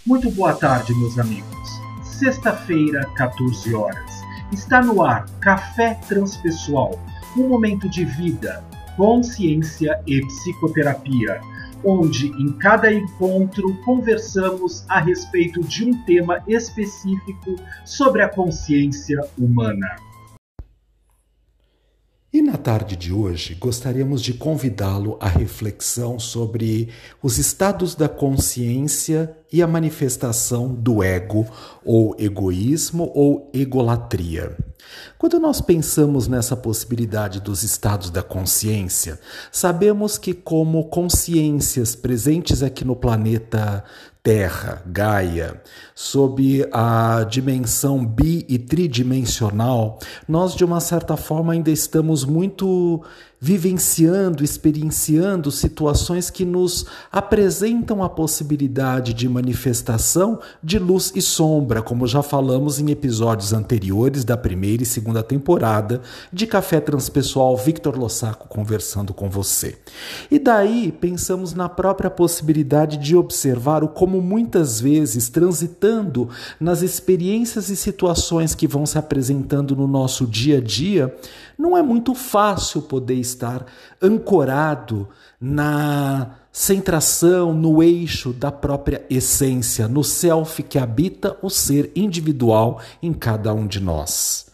Muito boa tarde, meus amigos. Sexta-feira, 14 horas. Está no ar Café Transpessoal, um momento de vida, consciência e psicoterapia, onde em cada encontro conversamos a respeito de um tema específico sobre a consciência humana. E na tarde de hoje, gostaríamos de convidá-lo à reflexão sobre os estados da consciência e a manifestação do ego, ou egoísmo, ou egolatria. Quando nós pensamos nessa possibilidade dos estados da consciência, sabemos que como consciências presentes aqui no planeta Terra, Gaia, sob a dimensão e tridimensional, nós de uma certa forma ainda estamos muito vivenciando, experienciando situações que nos apresentam a possibilidade de manifestação de luz e sombra, como já falamos em episódios anteriores da primeira e segunda temporada de Café Transpessoal, Victor Lossaco conversando com você. E daí pensamos na própria possibilidade de observar o como muitas vezes, transitando nas experiências e situações que vão se apresentando no nosso dia a dia, não é muito fácil poder estar ancorado na centração, no eixo da própria essência, no self que habita o ser individual em cada um de nós.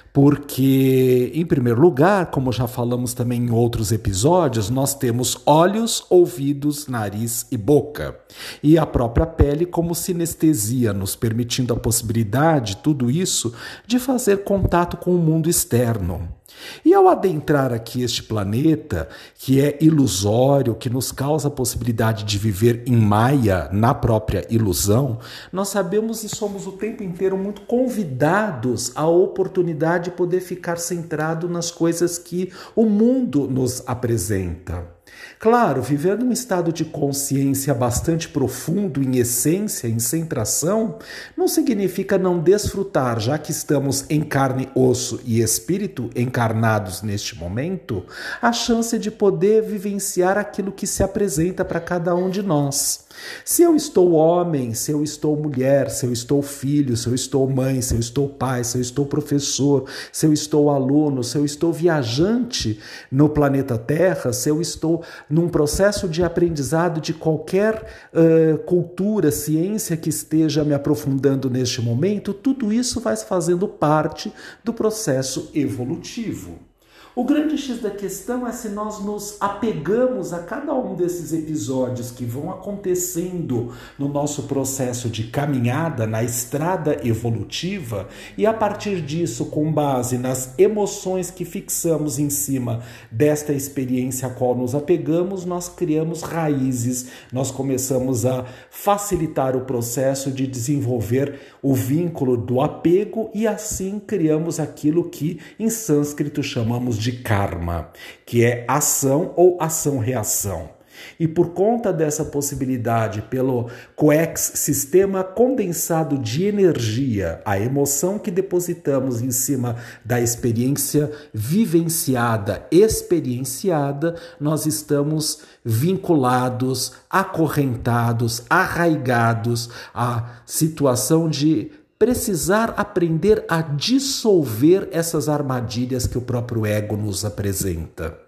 Porque, em primeiro lugar, como já falamos também em outros episódios, nós temos olhos, ouvidos, nariz e boca. E a própria pele como sinestesia, nos permitindo a possibilidade, tudo isso, de fazer contato com o mundo externo. E ao adentrar aqui este planeta, que é ilusório, que nos causa a possibilidade de viver em Maia, na própria ilusão, nós sabemos e somos o tempo inteiro muito convidados à oportunidade de poder ficar centrado nas coisas que o mundo nos apresenta. Claro, viver num estado de consciência bastante profundo, em essência, em centração, não significa não desfrutar, já que estamos em carne, osso e espírito encarnados neste momento, a chance de poder vivenciar aquilo que se apresenta para cada um de nós. Se eu estou homem, se eu estou mulher, se eu estou filho, se eu estou mãe, se eu estou pai, se eu estou professor, se eu estou aluno, se eu estou viajante no planeta Terra, se eu estou num processo de aprendizado de qualquer cultura, ciência que esteja me aprofundando neste momento, tudo isso vai fazendo parte do processo evolutivo. O grande X da questão é se nós nos apegamos a cada um desses episódios que vão acontecendo no nosso processo de caminhada, na estrada evolutiva, e a partir disso, com base nas emoções que fixamos em cima desta experiência a qual nos apegamos, nós criamos raízes, nós começamos a facilitar o processo de desenvolver o vínculo do apego e assim criamos aquilo que em sânscrito chamamos de karma, que é ação ou ação-reação. E por conta dessa possibilidade, pelo coex sistema condensado de energia, a emoção que depositamos em cima da experiência vivenciada, experienciada, nós estamos vinculados, acorrentados, arraigados à situação de precisar aprender a dissolver essas armadilhas que o próprio ego nos apresenta.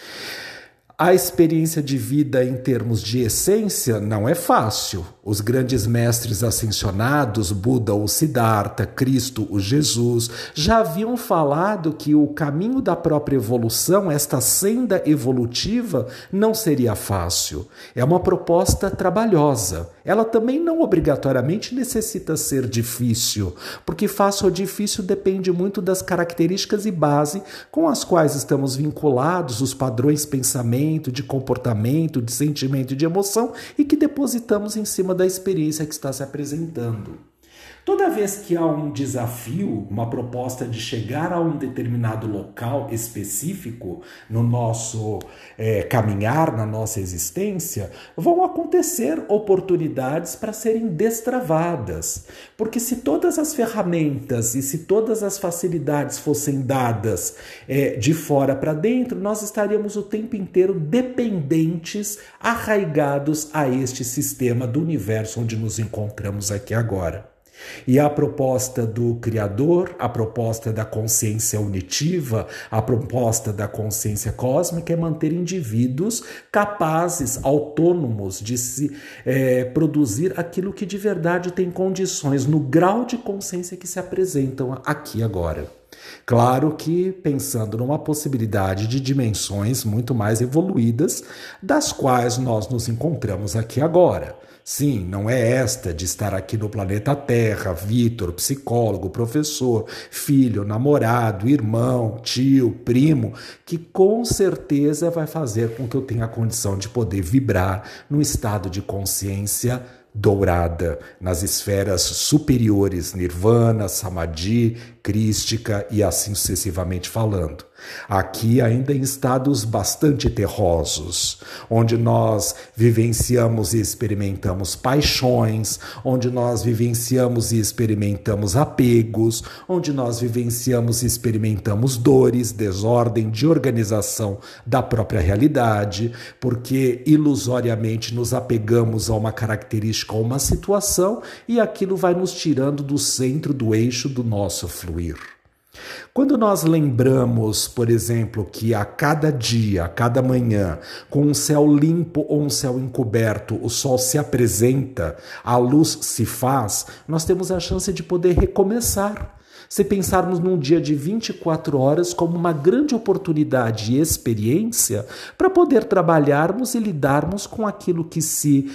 A experiência de vida em termos de essência não é fácil. Os grandes mestres ascensionados, Buda ou Siddhartha, Cristo, o Jesus, já haviam falado que o caminho da própria evolução, esta senda evolutiva, não seria fácil. É uma proposta trabalhosa. Ela também não obrigatoriamente necessita ser difícil, porque fácil ou difícil depende muito das características e base com as quais estamos vinculados, os padrões de pensamento, de comportamento, de sentimento e de emoção e que depositamos em cima da experiência que está se apresentando. Toda vez que há um desafio, uma proposta de chegar a um determinado local específico no nosso caminhar, na nossa existência, vão acontecer oportunidades para serem destravadas. Porque se todas as ferramentas e se todas as facilidades fossem dadas de fora para dentro, nós estaríamos o tempo inteiro dependentes, arraigados a este sistema do universo onde nos encontramos aqui agora. E a proposta do Criador, a proposta da consciência unitiva, a proposta da consciência cósmica é manter indivíduos capazes, autônomos de se produzir aquilo que de verdade tem condições no grau de consciência que se apresentam aqui agora. Claro que pensando numa possibilidade de dimensões muito mais evoluídas das quais nós nos encontramos aqui agora. Sim, não é esta de estar aqui no planeta Terra, Vitor, psicólogo, professor, filho, namorado, irmão, tio, primo, que com certeza vai fazer com que eu tenha a condição de poder vibrar num estado de consciência dourada, nas esferas superiores, nirvana, samadhi, crística e assim sucessivamente falando. Aqui ainda em estados bastante terrosos, onde nós vivenciamos e experimentamos paixões, onde nós vivenciamos e experimentamos apegos, onde nós vivenciamos e experimentamos dores, desordem de organização da própria realidade, porque ilusoriamente nos apegamos a uma característica ou uma situação e aquilo vai nos tirando do centro do eixo do nosso fluir. Quando nós lembramos, por exemplo, que a cada dia, a cada manhã, com um céu limpo ou um céu encoberto, o sol se apresenta, a luz se faz, nós temos a chance de poder recomeçar. Se pensarmos num dia de 24 horas como uma grande oportunidade e experiência para poder trabalharmos e lidarmos com aquilo que se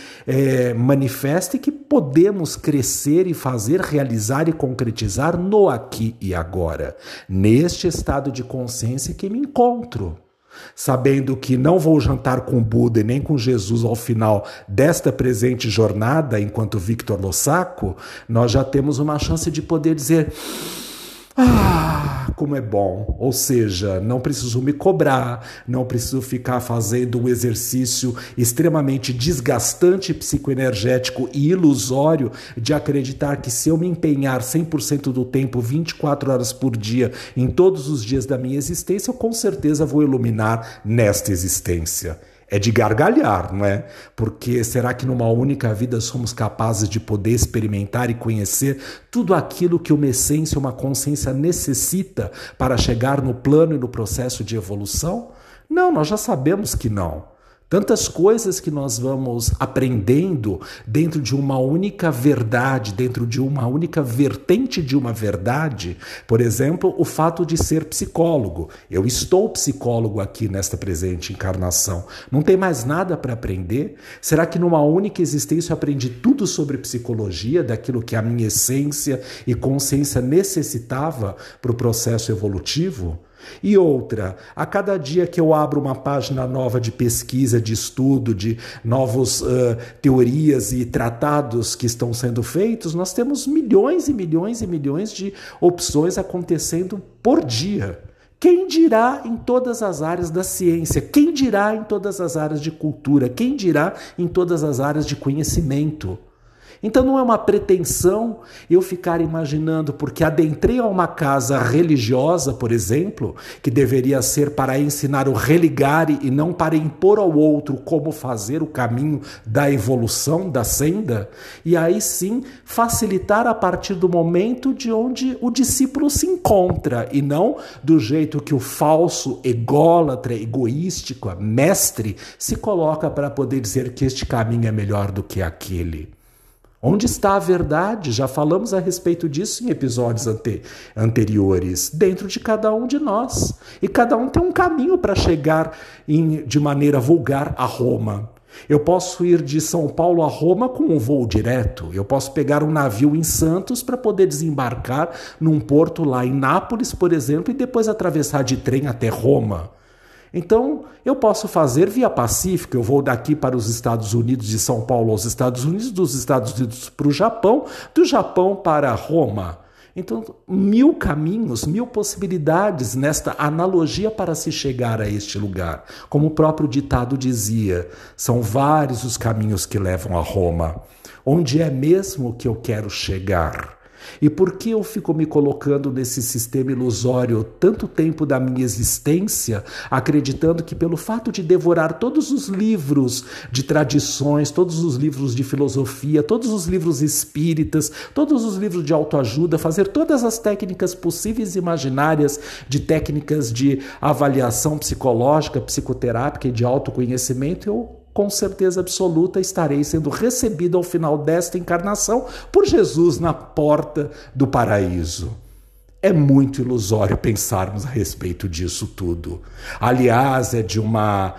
manifesta e que podemos crescer e fazer, realizar e concretizar no aqui e agora, neste estado de consciência que me encontro. Sabendo que não vou jantar com Buda e nem com Jesus ao final desta presente jornada, enquanto Victor Lossaco, nós já temos uma chance de poder dizer: como é bom. Ou seja, não preciso me cobrar, não preciso ficar fazendo um exercício extremamente desgastante, psicoenergético e ilusório de acreditar que se eu me empenhar 100% do tempo, 24 horas por dia, em todos os dias da minha existência, eu com certeza vou iluminar nesta existência. É de gargalhar, não é? Porque será que numa única vida somos capazes de poder experimentar e conhecer tudo aquilo que uma essência, uma consciência necessita para chegar no plano e no processo de evolução? Não, nós já sabemos que não. Tantas coisas que nós vamos aprendendo dentro de uma única verdade, dentro de uma única vertente de uma verdade. Por exemplo, o fato de ser psicólogo. Eu estou psicólogo aqui nesta presente encarnação. Não tem mais nada para aprender? Será que numa única existência eu aprendi tudo sobre psicologia, daquilo que a minha essência e consciência necessitava para o processo evolutivo? E outra, a cada dia que eu abro uma página nova de pesquisa, de estudo, de novas teorias e tratados que estão sendo feitos, nós temos milhões e milhões e milhões de opções acontecendo por dia. Quem dirá em todas as áreas da ciência? Quem dirá em todas as áreas de cultura? Quem dirá em todas as áreas de conhecimento? Então não é uma pretensão eu ficar imaginando, porque adentrei a uma casa religiosa, por exemplo, que deveria ser para ensinar o religare e não para impor ao outro como fazer o caminho da evolução, da senda, e aí sim facilitar a partir do momento de onde o discípulo se encontra, e não do jeito que o falso ególatra, egoístico, mestre, se coloca para poder dizer que este caminho é melhor do que aquele. Onde está a verdade? Já falamos a respeito disso em episódios anteriores. Dentro de cada um de nós. E cada um tem um caminho para chegar de maneira vulgar a Roma. Eu posso ir de São Paulo a Roma com um voo direto. Eu posso pegar um navio em Santos para poder desembarcar num porto lá em Nápoles, por exemplo, e depois atravessar de trem até Roma. Então, eu posso fazer via Pacífico, eu vou daqui para os Estados Unidos, de São Paulo aos Estados Unidos, dos Estados Unidos para o Japão, do Japão para Roma. Então, 1000 caminhos, 1000 possibilidades nesta analogia para se chegar a este lugar. Como o próprio ditado dizia, são vários os caminhos que levam a Roma. Onde é mesmo que eu quero chegar? E por que eu fico me colocando nesse sistema ilusório tanto tempo da minha existência, acreditando que pelo fato de devorar todos os livros de tradições, todos os livros de filosofia, todos os livros espíritas, todos os livros de autoajuda, fazer todas as técnicas possíveis e imaginárias de técnicas de avaliação psicológica, psicoterápica e de autoconhecimento, eu com certeza absoluta estarei sendo recebido ao final desta encarnação por Jesus na porta do paraíso. É muito ilusório pensarmos a respeito disso tudo. Aliás, é de uma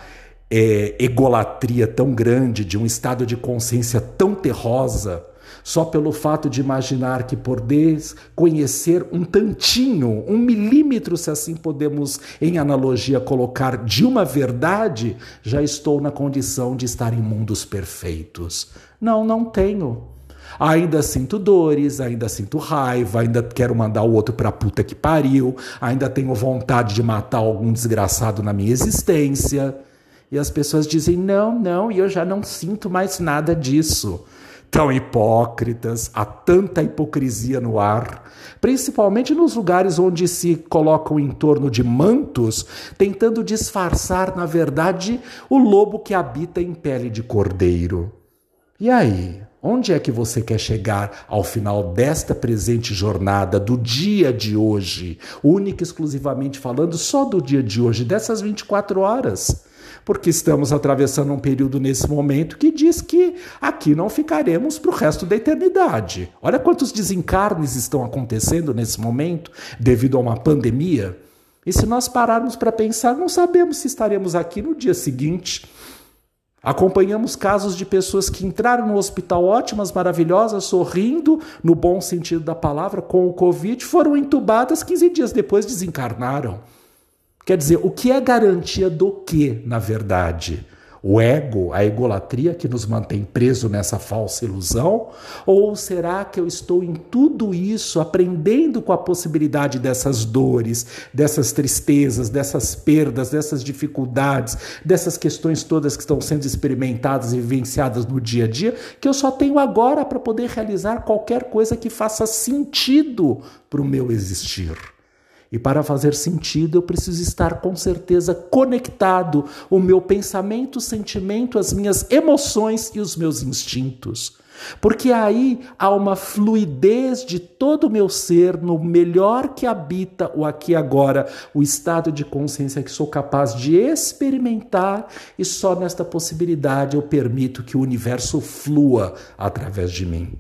egolatria tão grande, de um estado de consciência tão terrosa, só pelo fato de imaginar que poder conhecer um tantinho, 1 milímetro, se assim podemos em analogia colocar, de uma verdade, já estou na condição de estar em mundos perfeitos. Não tenho. Ainda sinto dores, ainda sinto raiva, ainda quero mandar o outro pra puta que pariu, ainda tenho vontade de matar algum desgraçado na minha existência. E as pessoas dizem, não, e eu já não sinto mais nada disso. Tão hipócritas, há tanta hipocrisia no ar, principalmente nos lugares onde se colocam em torno de mantos, tentando disfarçar, na verdade, o lobo que habita em pele de cordeiro. E aí, onde é que você quer chegar ao final desta presente jornada, do dia de hoje, única e exclusivamente falando só do dia de hoje, dessas 24 horas? Porque estamos atravessando um período nesse momento que diz que aqui não ficaremos para o resto da eternidade. Olha quantos desencarnes estão acontecendo nesse momento devido a uma pandemia. E se nós pararmos para pensar, não sabemos se estaremos aqui no dia seguinte. Acompanhamos casos de pessoas que entraram no hospital ótimas, maravilhosas, sorrindo, no bom sentido da palavra, com o Covid, foram entubadas, 15 dias depois desencarnaram. Quer dizer, o que é garantia do quê, na verdade? O ego, a egolatria que nos mantém preso nessa falsa ilusão? Ou será que eu estou em tudo isso aprendendo com a possibilidade dessas dores, dessas tristezas, dessas perdas, dessas dificuldades, dessas questões todas que estão sendo experimentadas e vivenciadas no dia a dia, que eu só tenho agora para poder realizar qualquer coisa que faça sentido para o meu existir? E para fazer sentido, eu preciso estar com certeza conectado, o meu pensamento, o sentimento, as minhas emoções e os meus instintos. Porque aí há uma fluidez de todo o meu ser, no melhor que habita o aqui e agora, o estado de consciência que sou capaz de experimentar, e só nesta possibilidade eu permito que o universo flua através de mim.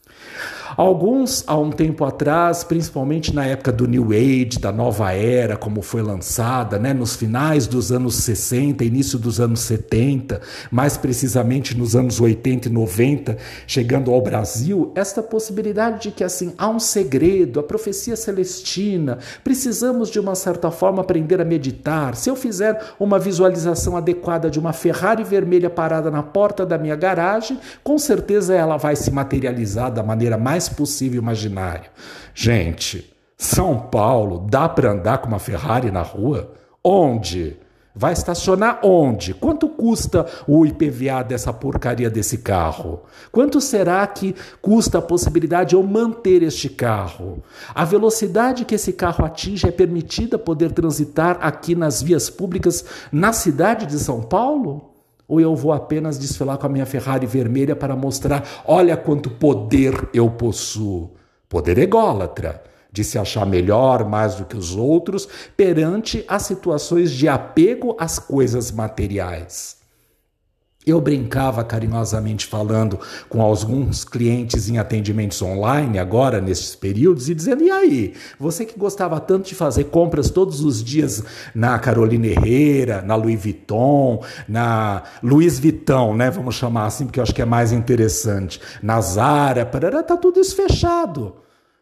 Alguns, há um tempo atrás, principalmente na época do New Age, da nova era, como foi lançada, nos finais dos anos 60, início dos anos 70, mais precisamente nos anos 80 e 90, chegando ao Brasil, esta possibilidade de que assim, há um segredo, a profecia celestina, precisamos de uma certa forma aprender a meditar. Se eu fizer uma visualização adequada de uma Ferrari vermelha parada na porta da minha garagem, com certeza ela vai se materializar da maneira mais possível imaginária. Gente, São Paulo, dá para andar com uma Ferrari na rua? Onde? Vai estacionar onde? Quanto custa o IPVA dessa porcaria desse carro? Quanto será que custa a possibilidade de eu manter este carro? A velocidade que esse carro atinge é permitida poder transitar aqui nas vias públicas na cidade de São Paulo? Ou eu vou apenas desfilar com a minha Ferrari vermelha para mostrar, olha quanto poder eu possuo. Poder ególatra, de se achar melhor, mais do que os outros, perante as situações de apego às coisas materiais. Eu brincava carinhosamente falando com alguns clientes em atendimentos online agora, nesses períodos, e dizendo, e aí, você que gostava tanto de fazer compras todos os dias na Carolina Herrera, na Louis Vuitton, na Louis Vuitton, vamos chamar assim, porque eu acho que é mais interessante, na Zara, parará, tá tudo isso fechado.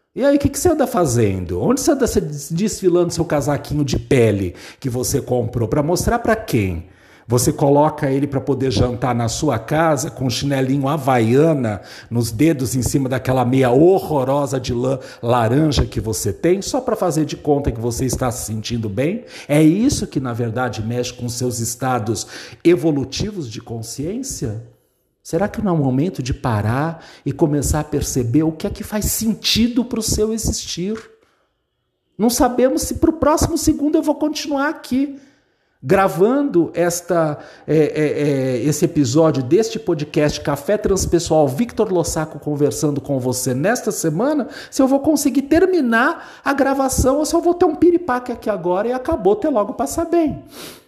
E aí, o que você anda fazendo? Onde você anda desfilando seu casaquinho de pele que você comprou? Para mostrar para quem? Você coloca ele para poder jantar na sua casa com um chinelinho havaiana nos dedos em cima daquela meia horrorosa de lã laranja que você tem, só para fazer de conta que você está se sentindo bem? É isso que, na verdade, mexe com seus estados evolutivos de consciência? Será que não é o momento de parar e começar a perceber o que é que faz sentido para o seu existir? Não sabemos se para o próximo segundo eu vou continuar aqui, gravando esse episódio deste podcast Café Transpessoal Victor Lossaco conversando com você nesta semana, se eu vou conseguir terminar a gravação ou se eu vou ter um piripaque aqui agora e acabou, até logo passar bem.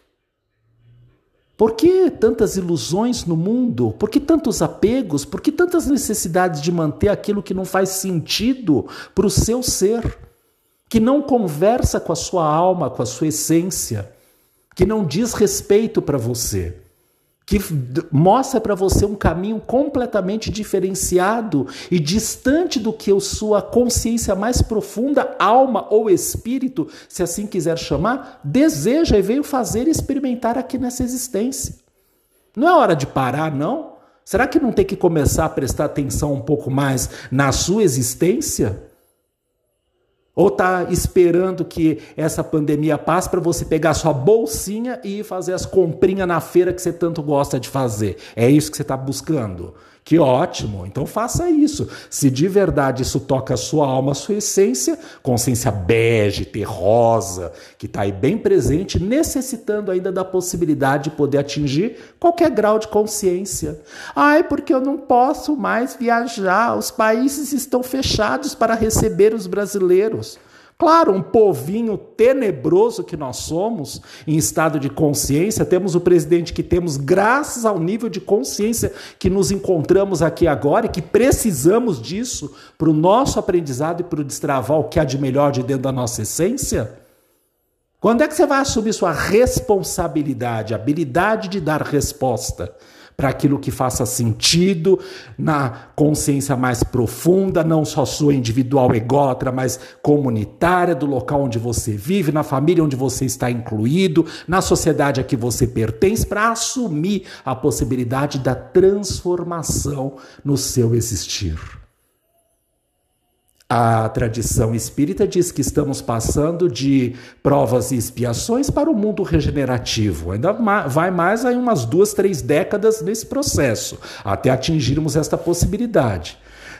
Por que tantas ilusões no mundo? Por que tantos apegos? Por que tantas necessidades de manter aquilo que não faz sentido para o seu ser? Que não conversa com a sua alma, com a sua essência? Que não diz respeito para você? Que mostra para você um caminho completamente diferenciado e distante do que a sua consciência mais profunda, alma ou espírito, se assim quiser chamar, deseja e veio fazer e experimentar aqui nessa existência. Não é hora de parar, não? Será que não tem que começar a prestar atenção um pouco mais na sua existência? Ou está esperando que essa pandemia passe para você pegar sua bolsinha e ir fazer as comprinhas na feira que você tanto gosta de fazer? É isso que você está buscando? Que ótimo! Então faça isso. Se de verdade isso toca a sua alma, a sua essência, consciência bege, terrosa, que está aí bem presente, necessitando ainda da possibilidade de poder atingir qualquer grau de consciência. Ai, porque eu não posso mais viajar, os países estão fechados para receber os brasileiros. Claro, um povinho tenebroso que nós somos, em estado de consciência, temos o presidente que temos graças ao nível de consciência que nos encontramos aqui agora e que precisamos disso para o nosso aprendizado e para o destravar o que há de melhor de dentro da nossa essência. Quando é que você vai assumir sua responsabilidade, a habilidade de dar resposta para aquilo que faça sentido na consciência mais profunda, não só sua individual ególatra, mas comunitária, do local onde você vive, na família onde você está incluído, na sociedade a que você pertence, para assumir a possibilidade da transformação no seu existir. A tradição espírita diz que estamos passando de provas e expiações para o mundo regenerativo. Ainda vai mais aí umas 2, 3 décadas nesse processo, até atingirmos esta possibilidade.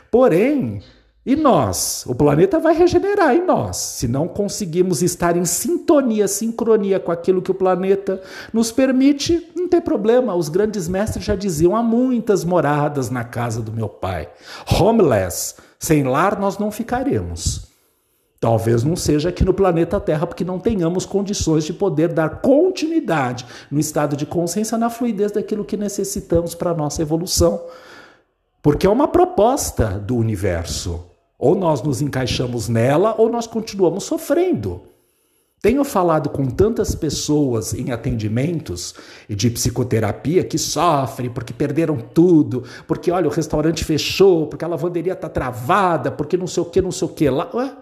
Porém, e nós? O planeta vai regenerar em nós. Se não conseguimos estar em sintonia, sincronia com aquilo que o planeta nos permite, não tem problema. Os grandes mestres já diziam, há muitas moradas na casa do meu pai. Homeless, sem lar nós não ficaremos. Talvez não seja aqui no planeta Terra, porque não tenhamos condições de poder dar continuidade no estado de consciência, na fluidez daquilo que necessitamos para a nossa evolução. Porque é uma proposta do universo. Ou nós nos encaixamos nela, ou nós continuamos sofrendo. Tenho falado com tantas pessoas em atendimentos de psicoterapia que sofrem porque perderam tudo, porque olha, o restaurante fechou, porque a lavanderia está travada, porque não sei o que lá. Ué,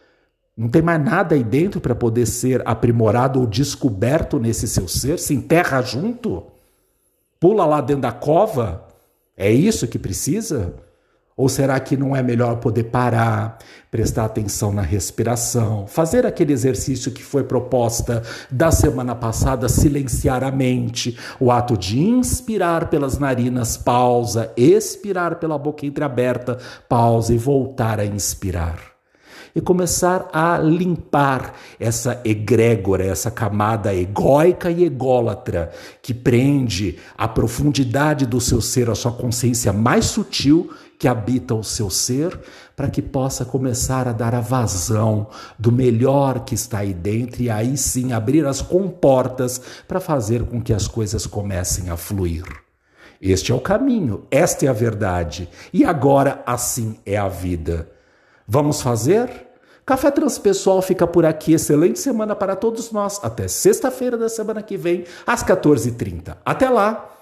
não tem mais nada aí dentro para poder ser aprimorado ou descoberto nesse seu ser? Se enterra junto? Pula lá dentro da cova? É isso que precisa? Ou será que não é melhor poder parar, prestar atenção na respiração, fazer aquele exercício que foi proposta da semana passada, silenciar a mente, o ato de inspirar pelas narinas, pausa, expirar pela boca entreaberta, pausa e voltar a inspirar. E começar a limpar essa egrégora, essa camada egóica e ególatra que prende a profundidade do seu ser, a sua consciência mais sutil que habita o seu ser, para que possa começar a dar a vazão do melhor que está aí dentro e aí sim abrir as comportas para fazer com que as coisas comecem a fluir. Este é o caminho, esta é a verdade e agora assim é a vida. Vamos fazer? Café Transpessoal fica por aqui. Excelente semana para todos nós. Até sexta-feira da semana que vem, às 14h30. Até lá!